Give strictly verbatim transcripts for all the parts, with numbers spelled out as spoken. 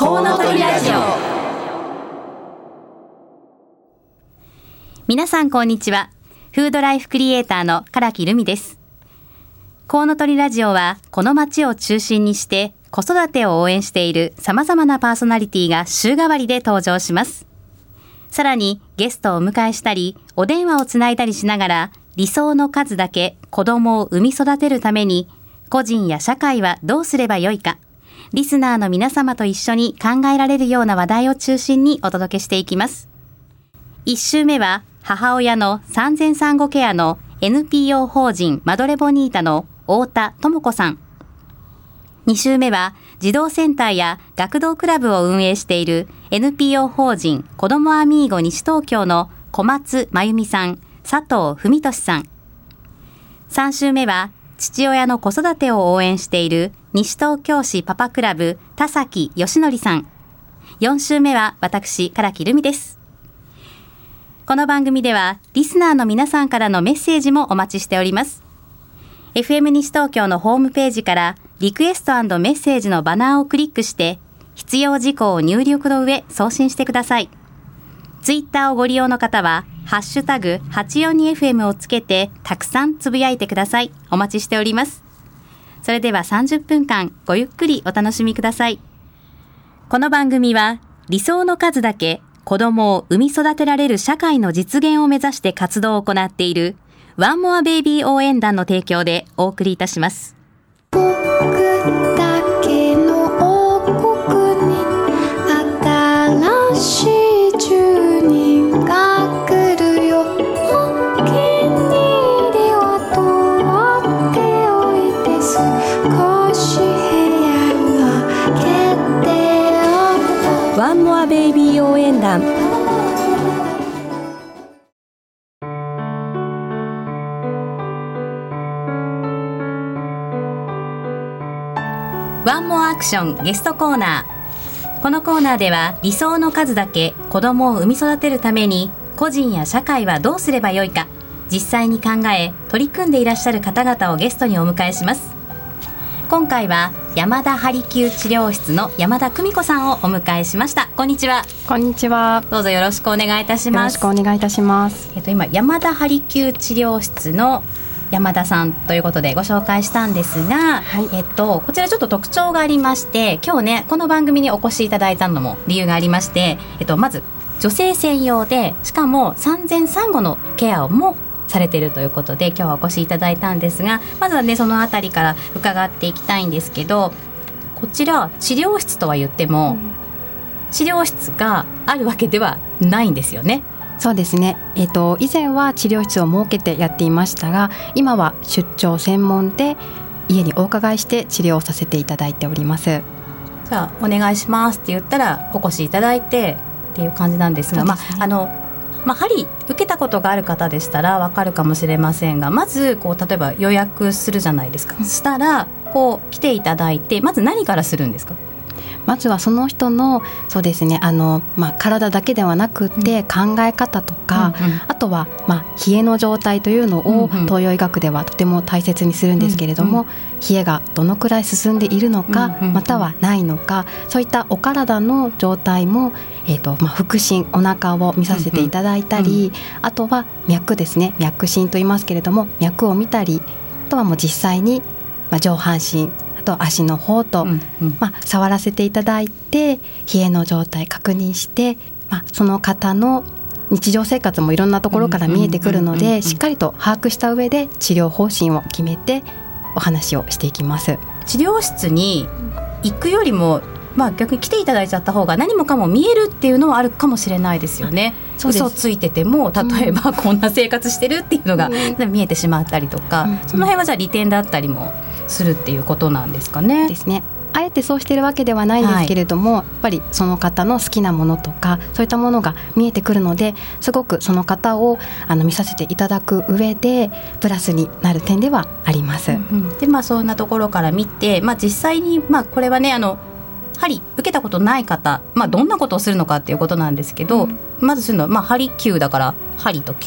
コウノトリラジオ。皆さんこんにちは。フードライフクリエイターの唐木留美です。コウノトリラジオはこの街を中心にして子育てを応援している様々なパーソナリティが週替わりで登場します。さらにゲストをお迎えしたりお電話をつないだりしながら、理想の数だけ子供を産み育てるために個人や社会はどうすればよいか、リスナーの皆様と一緒に考えられるような話題を中心にお届けしていきます。いち週目は母親の産前産後ケアの エヌピーオー 法人マドレボニータの太田智子さん。に週目は児童センターや学童クラブを運営している エヌピーオー 法人子どもアミーゴ西東京の小松真由美さん、佐藤文俊さん。さん週目は父親の子育てを応援している西東京市パパクラブ田崎義則さん。よん週目は私唐木留美です。この番組ではリスナーの皆さんからのメッセージもお待ちしております。 エフエム 西東京のホームページからリクエスト&メッセージのバナーをクリックして必要事項を入力の上送信してください。ツイッターをご利用の方はハッシュタグ はちよんにエフエム をつけてたくさんつぶやいてください。お待ちしております。それではさんじゅっぷんかんごゆっくりお楽しみください。この番組は理想の数だけ子供を産み育てられる社会の実現を目指して活動を行っているワンモアベイビー応援団の提供でお送りいたします。 僕だけの王国に新しい住人が来るよ。お気に入りは取っておいて、少し部屋は決定を。ワンモアベイビー応援団。 ワンモアアクションゲストコーナー。このコーナーでは理想の数だけ子供を産み育てるために個人や社会はどうすればよいか、実際に考え取り組んでいらっしゃる方々をゲストにお迎えします。今回は山田ハリキュー治療室の山田久美子さんをお迎えしました。こんにちは。 こんにちは。 どうぞよろしくお願いいたします。 よろしくお願いいたします。 えっと、今山田ハリキュー治療室の山田さんということでご紹介したんですが、はい、えっと、こちらちょっと特徴がありまして、今日ねこの番組にお越しいただいたのも理由がありまして、えっと、まず女性専用で、しかも産前産後のケアもされているということで今日はお越しいただいたんですが、まずはねそのあたりから伺っていきたいんですけど、こちら治療室とは言っても、うん、治療室があるわけではないんですよね。 そうですね、えーと、以前は治療室を設けてやっていましたが、今は出張専門で家にお伺いして治療をさせていただいております。 じゃあお願いしますって言ったらお越しいただいてっていう感じなんですが、まああのまあ、針受けたことがある方でしたらわかるかもしれませんが、まずこう例えば予約するじゃないですか。そしたらこう来ていただいて、まず何からするんですか？ まずはその人のそうですね、あの、まあ、体だけではなくて考え方とか、うんうん、あとは、まあ、冷えの状態というのを東洋医学ではとても大切にするんですけれども、うんうん、冷えがどのくらい進んでいるのか、うんうん、またはないのか、そういったお体の状態も、えーとまあ、腹診、お腹を見させていただいたり、うんうん、あとは脈ですね、脈診と言いますけれども脈を見たり、あとはもう実際に、まあ、上半身と足の方と、うんうんまあ、触らせていただいて冷えの状態確認して、まあ、その方の日常生活もいろんなところから見えてくるので、しっかりと把握した上で治療方針を決めてお話をしていきます。 治療室に行くよりも、まあ、逆に来ていただいちゃった方が何もかも見えるっていうのはあるかもしれないですよね。嘘ついてても例えばこんな生活してるっていうのが見えてしまったりとか、うん、その辺はじゃあ利点だったりもするっていうことなんですかね。 ですね。あえてそうしてるわけではないんですけれども、はい、やっぱりその方の好きなものとかそういったものが見えてくるので、すごくその方をあの見させていただく上でプラスになる点ではあります、うんうん、でまあそんなところから見て、まあ、実際に、まあ、これはねあの針受けたことない方、まあ、どんなことをするのかっていうことなんですけど、うん、まずするのは、まあ、針灸だから針と灸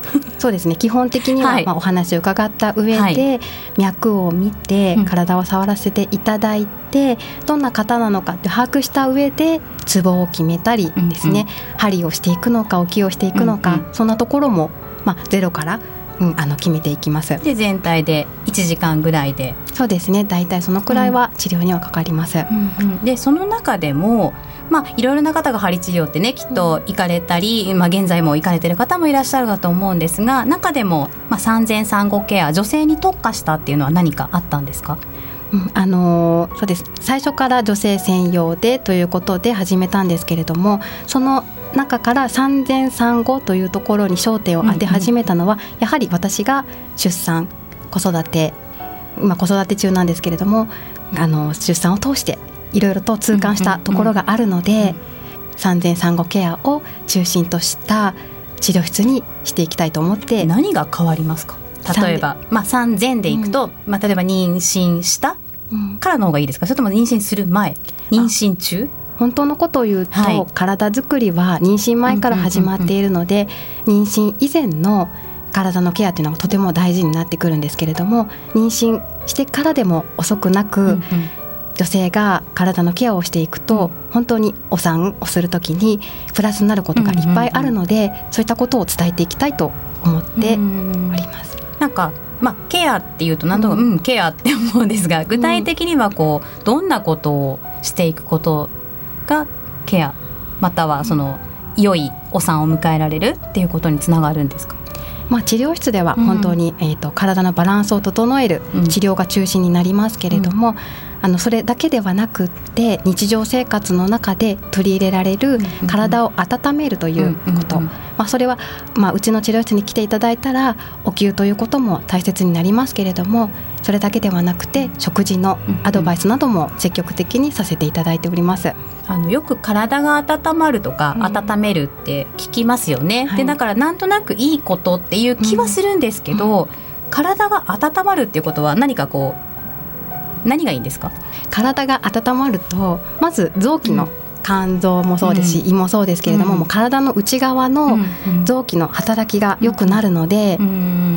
そうですね、基本的には、はい、まあ、お話を伺った上で、はい、脈を見て体を触らせていただいて、うん、どんな方なのかって把握した上でツボを決めたりですね、うんうん、針をしていくのか置きをしていくのか、うんうん、そんなところも、まあ、ゼロから、うん、あの決めていきます。 で全体でいちじかんぐらいで。 そうですね、だいたいそのくらいは治療にはかかります、 うんうんうん、でその中でも、まあ、いろいろな方が針治療ってねきっと行かれたり、うん、まあ、現在も行かれてる方もいらっしゃるかと思うんですが、中でも、まあ、産前産後ケア女性に特化したっていうのは何かあったんですか？ うん、あのー、そうです、最初から女性専用でということで始めたんですけれども、その中から産前産後というところに焦点を当て始めたのは、うんうん、やはり私が出産子育て、今子育て中なんですけれども、あの出産を通していろいろと痛感したところがあるので、うんうんうん、産前産後ケアを中心とした治療室にしていきたいと思って。 何が変わりますか？例えば、まあ、産前でいくと、うん、まあ、例えば妊娠したからの方がいいですか、それとも妊娠する前、妊娠中？ 本当のことを言うと、はい、体作りは妊娠前から始まっているので、うんうんうんうん、妊娠以前の体のケアというのがとても大事になってくるんですけれども、妊娠してからでも遅くなく、うんうん、女性が体のケアをしていくと、本当にお産をするときにプラスになることがいっぱいあるので、うんうんうん、そういったことを伝えていきたいと思っております。 なんか、まあ、ケアっていうと何とか、うんうん、ケアって思うんですが、具体的にはこうどんなことをしていくことがケア、またはその良いお産を迎えられるっていうことにつながるんですか？ まあ、治療室では本当に、うん、えーと、体のバランスを整える治療が中心になりますけれども、うん、あのそれだけではなくって日常生活の中で取り入れられる体を温めるということ、うんうんうん、まあ、それは、まあ、うちの治療室に来ていただいたらお灸ということも大切になりますけれども、それだけではなくて食事のアドバイスなども積極的にさせていただいております。 あのよく体が温まるとか、うん、温めるって聞きますよね、はい、でだからなんとなくいいことっていう気はするんですけど、うん、体が温まるっていうことは何かこう何がいいんですか？ 体が温まるとまず臓器の、うん、肝臓もそうですし、うん、胃もそうですけれども、うん、もう体の内側の臓器の働きが良くなるので、うん、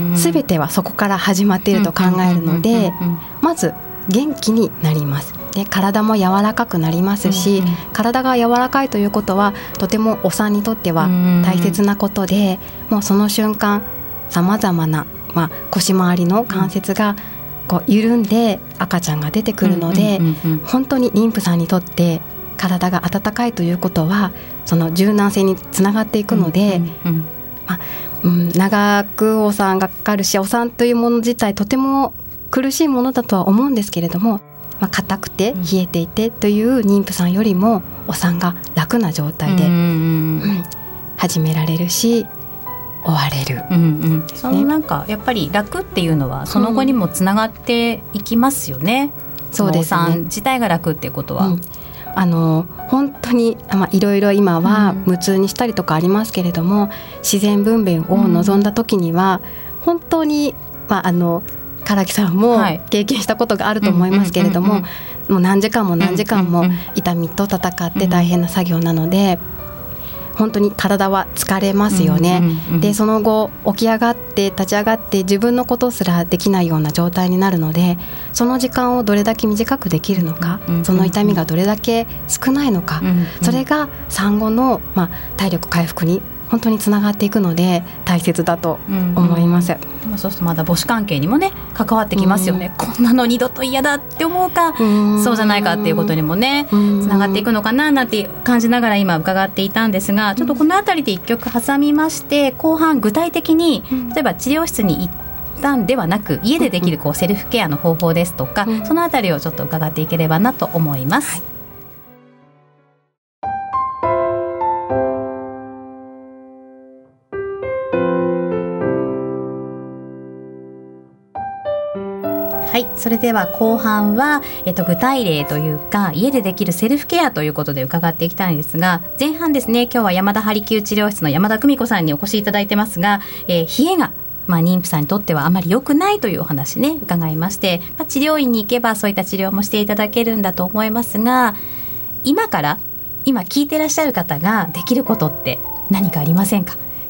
全てはそこから始まっていると考えるので、まず元気になります。で体も柔らかくなりますし、うんうん、体が柔らかいということはとてもお産にとっては大切なことで、うん、もうその瞬間さまざまな、まあ、腰回りの関節がこう緩んで赤ちゃんが出てくるので、うんうんうんうん、本当に妊婦さんにとって体が温かいということはその柔軟性につながっていくので、うんうんうん、まあうん、長くお産がかかるし、お産というもの自体とても苦しいものだとは思うんですけれども、まあ、硬くて冷えていてという妊婦さんよりもお産が楽な状態で、うんうん、始められるし終われる、うんうん、 そのなんかやっぱり楽っていうのはその後にもつながっていきますよね、うん、そうですね、お産自体が楽っていうことは、うん、 あの本当にいろいろ今は無痛にしたりとかありますけれども、うん、自然分娩を望んだ時には本当に、まあ、あの唐木さんも経験したことがあると思いますけれども、もう何時間も何時間も痛みと戦って大変な作業なので、本当に体は疲れますよね、うんうんうん、でその後起き上がって立ち上がって自分のことすらできないような状態になるので、その時間をどれだけ短くできるのか、うんうんうん、その痛みがどれだけ少ないのか、うんうん、それが産後の、まあ、体力回復に本当につながっていくので大切だと思います、 うんうん、そうするとまだ母子関係にもね関わってきますよね、うん、こんなの二度と嫌だって思うか、うん、そうじゃないかっていうことにもねつながっていくのかななんて感じながら今伺っていたんですが、ちょっとこのあたりで一曲挟みまして、後半具体的に例えば治療室に行ったんではなく家でできるこうセルフケアの方法ですとか、うん、そのあたりをちょっと伺っていければなと思います、はい。はい、それでは後半は、えっと、具体例というか家でできるセルフケアということで伺っていきたいんですが、前半ですね、今日は山田針灸治療室の山田久美子さんにお越しいただいてますが、えー、冷えが、まあ、妊婦さんにとってはあまり良くないというお話ね伺いまして、まあ、治療院に行けばそういった治療もしていただけるんだと思いますが、今から今聞いてらっしゃる方ができることって何かありませんか？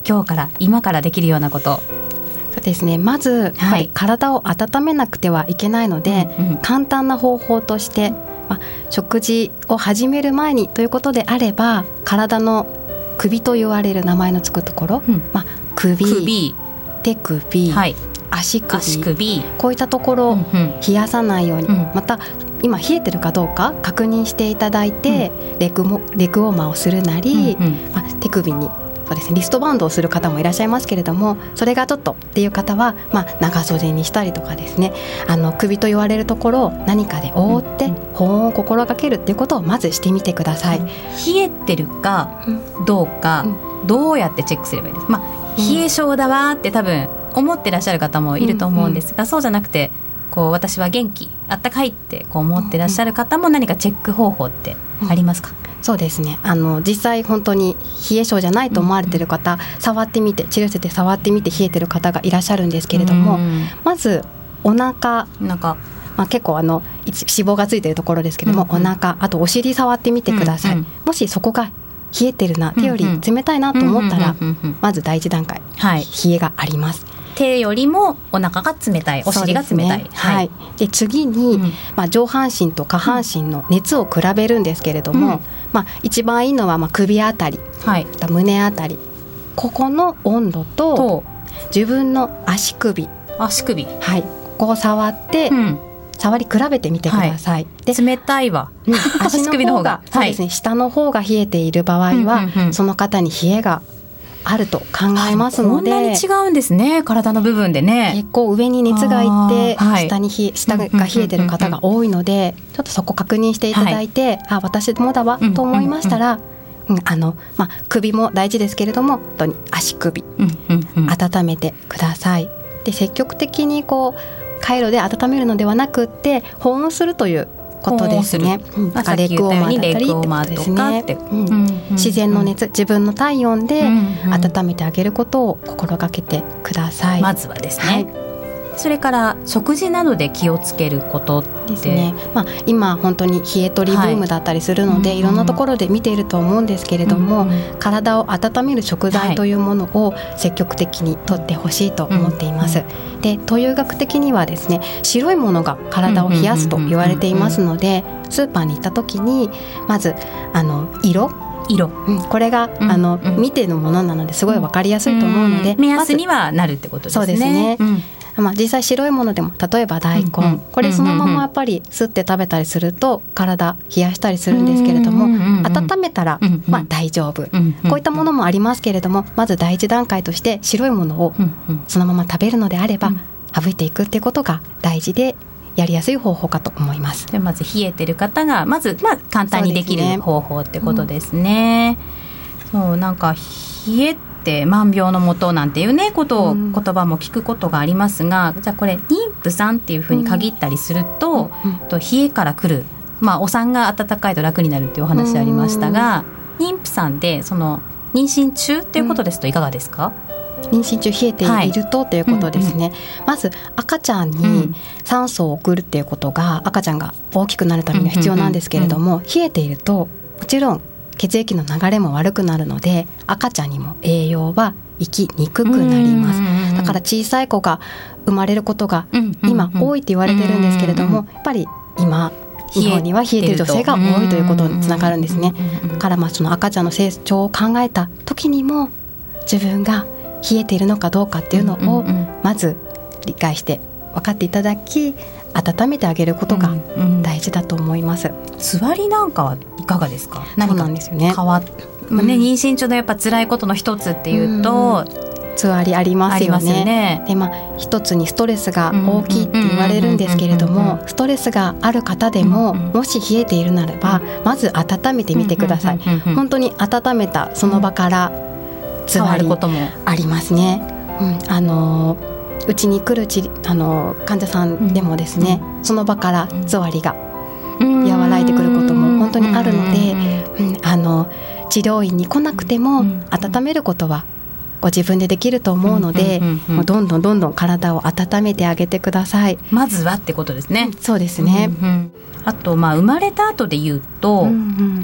今日から今からできるようなこと。 そうですね、まずやっぱり体を温めなくてはいけないので、はいうんうん、簡単な方法として、まあ、食事を始める前にということであれば、体の首と言われる名前のつくところ、うんまあ、首、首手首、はい、足首、足首こういったところを冷やさないように、うんうん、また今冷えてるかどうか確認していただいて、うん、レグもレグウォーマーをするなり、うんうんまあ、手首にそうですね、リストバンドをする方もいらっしゃいますけれども、それがちょっとっていう方は、まあ、長袖にしたりとかですね、あの首と言われるところを何かで覆って保温を心がけるっていうことをまずしてみてください。 冷えてるかどうか、うん、どうやってチェックすればいいですか。まあ、冷え性だわって多分思ってらっしゃる方もいると思うんですが、うんうん、そうじゃなくてこう私は元気あったかいってこう思ってらっしゃる方も何かチェック方法ってありますか。 うんそうですね、あの実際本当に冷え性じゃないと思われている方、うんうん、触ってみて治療室で触ってみて冷えてる方がいらっしゃるんですけれども、うん、まずお腹なんか、まあ、結構あの脂肪がついているところですけれども、うんうん、お腹あとお尻触ってみてください、うんうん、もしそこが冷えてるな手より冷たいなと思ったら、まず第一段階、はい、冷えがあります。 手よりもお腹が冷たい、お尻が冷たい、 ねはいはい、で次に、うんまあ、上半身と下半身の熱を比べるんですけれども、うんまあ、一番いいのはまあ首あたり、はい、胸あたりここの温度 と, と自分の足首足首、 はい、ここを触って、うん、触り比べてみてください、はい、 で冷たいわ、 うん、足の方がそうですね、はい、下の方が冷えている場合は、うんうんうん、その方に冷えがあると考えますので、 こんなに違うんですね、体の部分でね。 結構上に熱がいって、はい、下に冷下が冷えてる方が多いので、ちょっとそこ確認していただいて、はい、あ私もだわと思いましたら、うんうんうん、あのまあ、首も大事ですけれども本当に足首、うんうんうん、温めてください。で積極的にこうカイロで温めるのではなくって保温するということですね。だからレッグウォーマーだったりってことですね、うんうんうん、自然の熱、自分の体温で温めてあげることを心がけてください、 まずはですね、はい、それから食事などで気をつけることってですね、まあ、今本当に冷え取りブームだったりするので、はい、いろんなところで見ていると思うんですけれども、うんうん、体を温める食材というものを積極的にとってほしいと思っています、うんうん、で東洋医学的にはですね白いものが体を冷やすと言われていますので、スーパーに行った時にまずあの色色、 うん、これが、うん、あの、うん、見てのものなのですごい分かりやすいと思うので、 うん、目安にはなるってことですね。 そうですね、うんまあ、実際白いものでも例えば大根、うんうん、これそのままやっぱりすって食べたりすると体冷やしたりするんですけれども、うんうんうん、温めたら、まあ、大丈夫、うんうん、こういったものもありますけれども、まず第一段階として白いものをそのまま食べるのであれば、うん、省いていくっていうことが大事でやりやすい方法かと思います。 でまず冷えてる方がまず、まあ、簡単にできる方法ってことですね。そう、そうなんか冷え万病のもとなんていうねことを、うん、言葉も聞くことがありますが、じゃあこれ妊婦さんっていうふうに限ったりすると、うん、と冷えから来る、まあ、お産が温かいと楽になるっていうお話ありましたが、うん、妊婦さんでその妊娠中っていうことですといかがですか。 妊娠中冷えていると、はい、ということですね、うんうん、まず赤ちゃんに酸素を送るっていうことが赤ちゃんが大きくなるためには必要なんですけれども、うんうんうん、冷えているともちろん血液の流れも悪くなるので赤ちゃんにも栄養は行きにくくなります。だから小さい子が生まれることが今多いって言われてるんですけれども、やっぱり今日本には冷えている女性が多いということにつながるんですね。だからまあその赤ちゃんの成長を考えた時にも自分が冷えているのかどうかっていうのをまず理解して分かっていただき温めてあげることが大事だと思います、 うんうん、座りなんかはいかがですか。 何かそうなんですよね。 変わっ、まあね、妊娠中のやっぱ辛いことの一つっていうと、 うん、つわりありますよ ね, よねで、まあ、一つにストレスが大きいって言われるんですけれども、ストレスがある方でも、うんうん、もし冷えているならばまず温めてみてください、うんうんうんうん、本当に温めたその場からつわりありますね、うん、あのうちに来るちあの患者さんでもですね、うん、その場からつわりが和らいでくることも本当にあるので、うん、あの治療院に来なくても温めることはご自分でできると思うので、もうどんどんどんどん体を温めてあげてください。 まずはってことですね。 そうですね、 うんうん、あと、まあ、生まれた後で言うと、うんうん、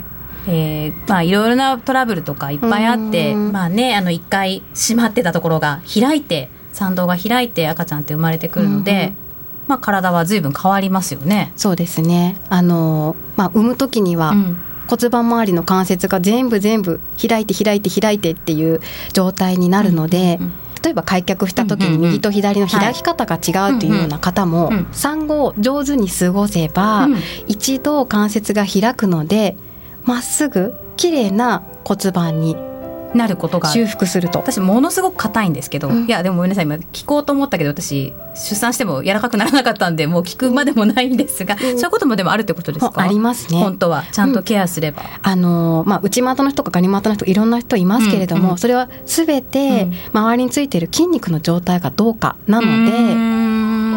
えーまあ、いろいろなトラブルとかいっぱいあって、まあね、あのいっかい閉まってたところが開いて、産道が開いて赤ちゃんって生まれてくるので、まあ、体は随分変わりますよね。 そうですね。あの、まあ、産む時には、うん骨盤周りの関節が全部全部開いて開いて開いてっていう状態になるので、うんうんうん、例えば開脚した時に右と左の開き方が違うっていうような方も、はい、産後を上手に過ごせば、うん、一度関節が開くのでまっすぐ綺麗な骨盤になることが修復すると。 私ものすごく硬いんですけど、うん、いやでもごめんなさい、今聞こうと思ったけど私出産しても柔らかくならなかったんでもう聞くまでもないんですが、うん、そういうこともでもあるってことですか？ ありますね。 本当はちゃんとケアすれば、うん、 あのまあ、内股の人とかガニ股の人いろんな人いますけれども、うんうん、それは全て周りについている筋肉の状態がどうかなので、うん、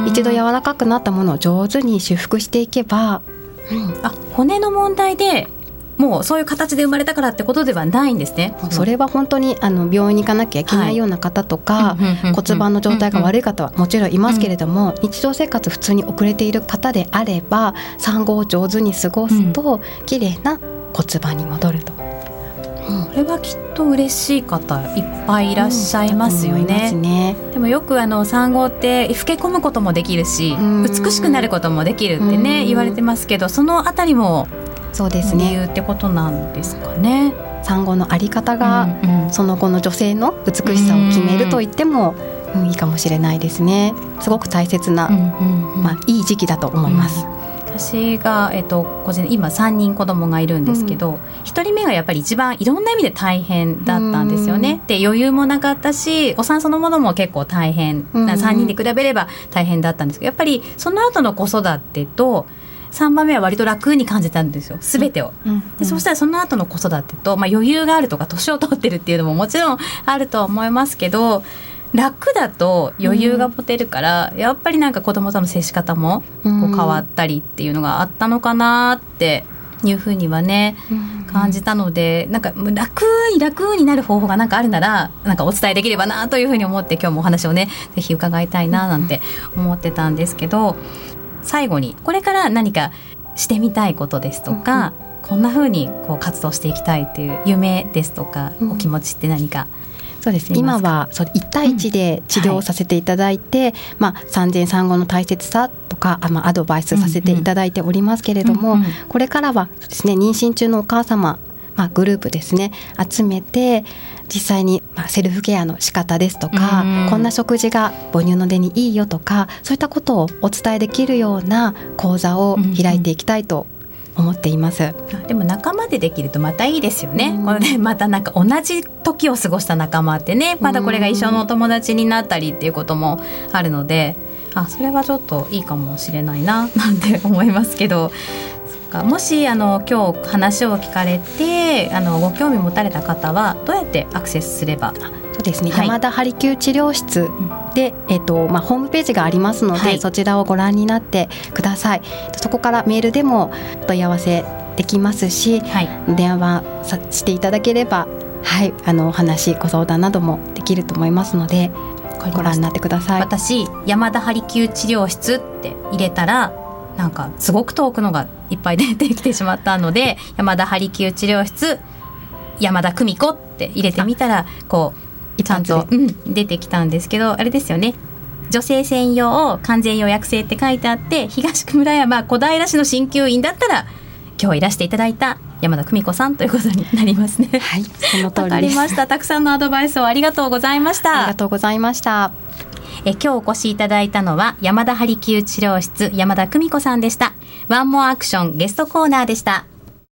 一度柔らかくなったものを上手に修復していけば、 うん、あ骨の問題でもうそういう形で生まれたからってことではないんですね。 それは本当にあの病院に行かなきゃいけないような方とか、はい、骨盤の状態が悪い方はもちろんいますけれども、うん、日常生活普通に遅れている方であれば産後を上手に過ごすと、うん、綺麗な骨盤に戻ると、 うん、これはきっと嬉しい方いっぱいいらっしゃいますよね。うん、 思いますね。 でもよくあの産後って老け込むこともできるし、うん、美しくなることもできるってね、うん、言われてますけど、そのあたりもそうですね、 理由ってことなんですかね。 産後のあり方が、うんうん、その後の女性の美しさを決めると言っても、うん、いいかもしれないですね。すごく大切な、うんうんうん、まあ、いい時期だと思います。 うん、私が、えっと、個人今さんにん子供がいるんですけど、うん、ひとりめがやっぱり一番いろんな意味で大変だったんですよね。で余裕もなかったしお産そのものも結構大変、うん、さんにんで比べれば大変だったんですけど、やっぱりその後の子育てとさんばんめは割と楽に感じたんですよ、全てを、うんうん、でそうしたらその後の子育てと、まあ、余裕があるとか年を取ってるっていうのももちろんあると思いますけど、楽だと余裕が持てるから、うん、やっぱりなんか子供との接し方もこう変わったりっていうのがあったのかなっていうふうにはね、うん、感じたので、なんか楽に楽になる方法がなんかあるならなんかお伝えできればなというふうに思って今日もお話をねぜひ伺いたいななんて思ってたんですけど、最後にこれから何かしてみたいことですとか、うん、こんな風にこう活動していきたいっていう夢ですとか、うん、お気持ちって何か？ そうですね、今はそういち対いちで治療をさせていただいて、うんはいまあ、産前産後の大切さとかあ、まあ、アドバイスさせていただいておりますけれども、うんうん、これからはそうですね、妊娠中のお母様、まあ、グループですね集めて実際に、まあ、セルフケアの仕方ですとか、うん、こんな食事が母乳の出にいいよとかそういったことをお伝えできるような講座を開いていきたいと思っています。 うんうん、でも仲間でできるとまたいいですよね。うん、このねまたなんか同じ時を過ごした仲間ってねまたこれが一生のお友達になったりっていうこともあるので、あそれはちょっといいかもしれないななんて思いますけど、もしあの今日話を聞かれてあのご興味持たれた方はどうやってアクセスすれば？ そうですね、はい、山田針灸治療室で、えっとまあ、ホームページがありますので、はい、そちらをご覧になってください。そこからメールでも問い合わせできますし、はい、電話さしていただければ、はい、あのお話ご相談などもできると思いますのでご覧になってください。 私山田針灸治療室って入れたらなんかすごく遠くのがいっぱい出てきてしまったので山田針灸治療室山田久美子って入れてみたらこうちゃんと、うん、出てきたんですけど、あれですよね、女性専用完全予約制って書いてあって東村山小平市の鍼灸院だったら今日いらしていただいた山田久美子さんということになりますね。 はい、その通りです。わかりました。たくさんのアドバイスをありがとうございました。 ありがとうございました。 え今日お越しいただいたのは山田針灸治療室山田久美子さんでした。ワンモアアクションゲストコーナーでした。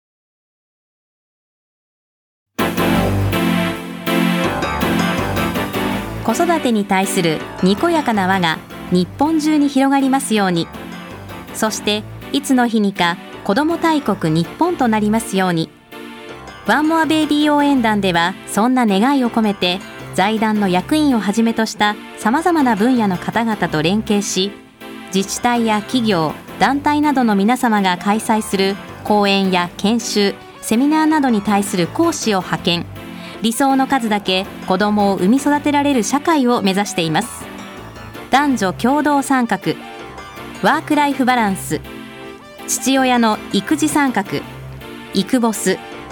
子育てに対するにこやかな輪が日本中に広がりますように。そしていつの日にか子ども大国日本となりますように。ワンモアベイビー応援団ではそんな願いを込めて財団の役員をはじめとしたさまざまな分野の方々と連携し、自治体や企業、団体などの皆様が開催する講演や研修、セミナーなどに対する講師を派遣、理想の数だけ子どもを産み育てられる社会を目指しています。男女共同参画、ワークライフバランス、父親の育児参画、育ボス、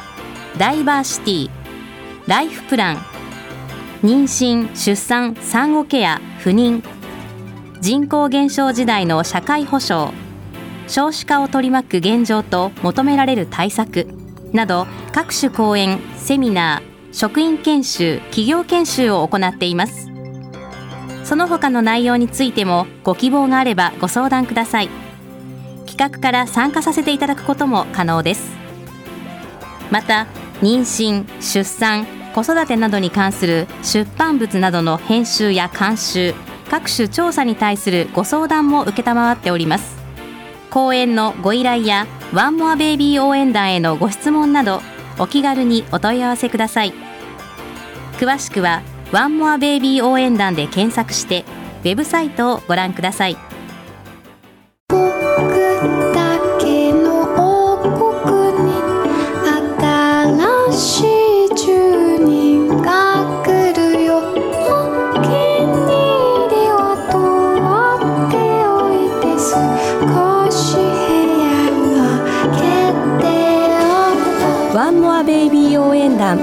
ダイバーシティ、ライフプラン、妊娠・出産・産後ケア・不妊、人口減少時代の社会保障、少子化を取り巻く現状と求められる対策など、各種講演、セミナー、職員研修、企業研修を行っています。その他の内容についてもご希望があればご相談ください。企画から参加させていただくことも可能です。また、妊娠・出産・子育てなどに関する出版物などの編集や監修、各種調査に対するご相談も承っております。講演のご依頼やワンモアベイビー応援団へのご質問など、お気軽にお問い合わせください。詳しくはワンモアベイビー応援団で検索してウェブサイトをご覧ください。 僕だけの王国に新しい住人が来るよ。お気に入りは取っておいて、少し部屋は決定を。 ワンモアベイビー応援団。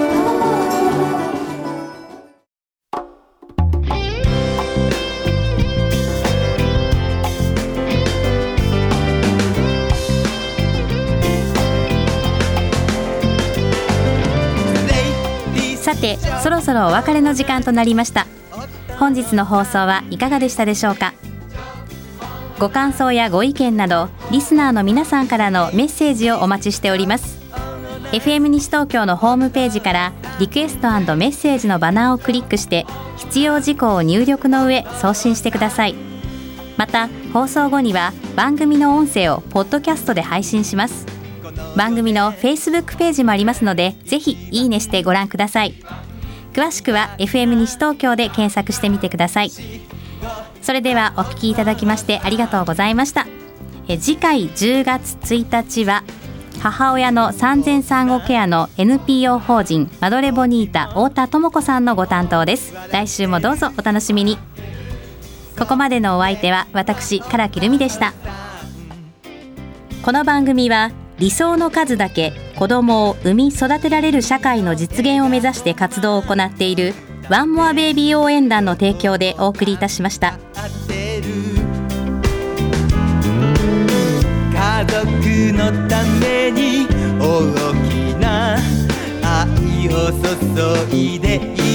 さて、そろそろお別れの時間となりました。本日の放送はいかがでしたでしょうか。ご感想やご意見など、リスナーの皆さんからのメッセージをお待ちしております。 エフエム 西東京のホームページからリクエスト&メッセージのバナーをクリックして必要事項を入力の上送信してください。また、放送後には番組の音声をポッドキャストで配信します。番組の Facebook ページもありますので、ぜひいいねしてご覧ください。詳しくは エフエム 西東京で検索してみてください。それではお聞きいただきましてありがとうございました。え次回じゅうがつついたちは母親の産前産後ケアの エヌピーオー 法人マドレボニータ太田智子さんのご担当です。来週もどうぞお楽しみに。ここまでのお相手は私唐木留美でした。この番組は理想の数だけ子供を産み育てられる社会の実現を目指して活動を行っているワンモアベイビー応援団の提供でお送りいたしました。 家族のために大きな愛を注いでい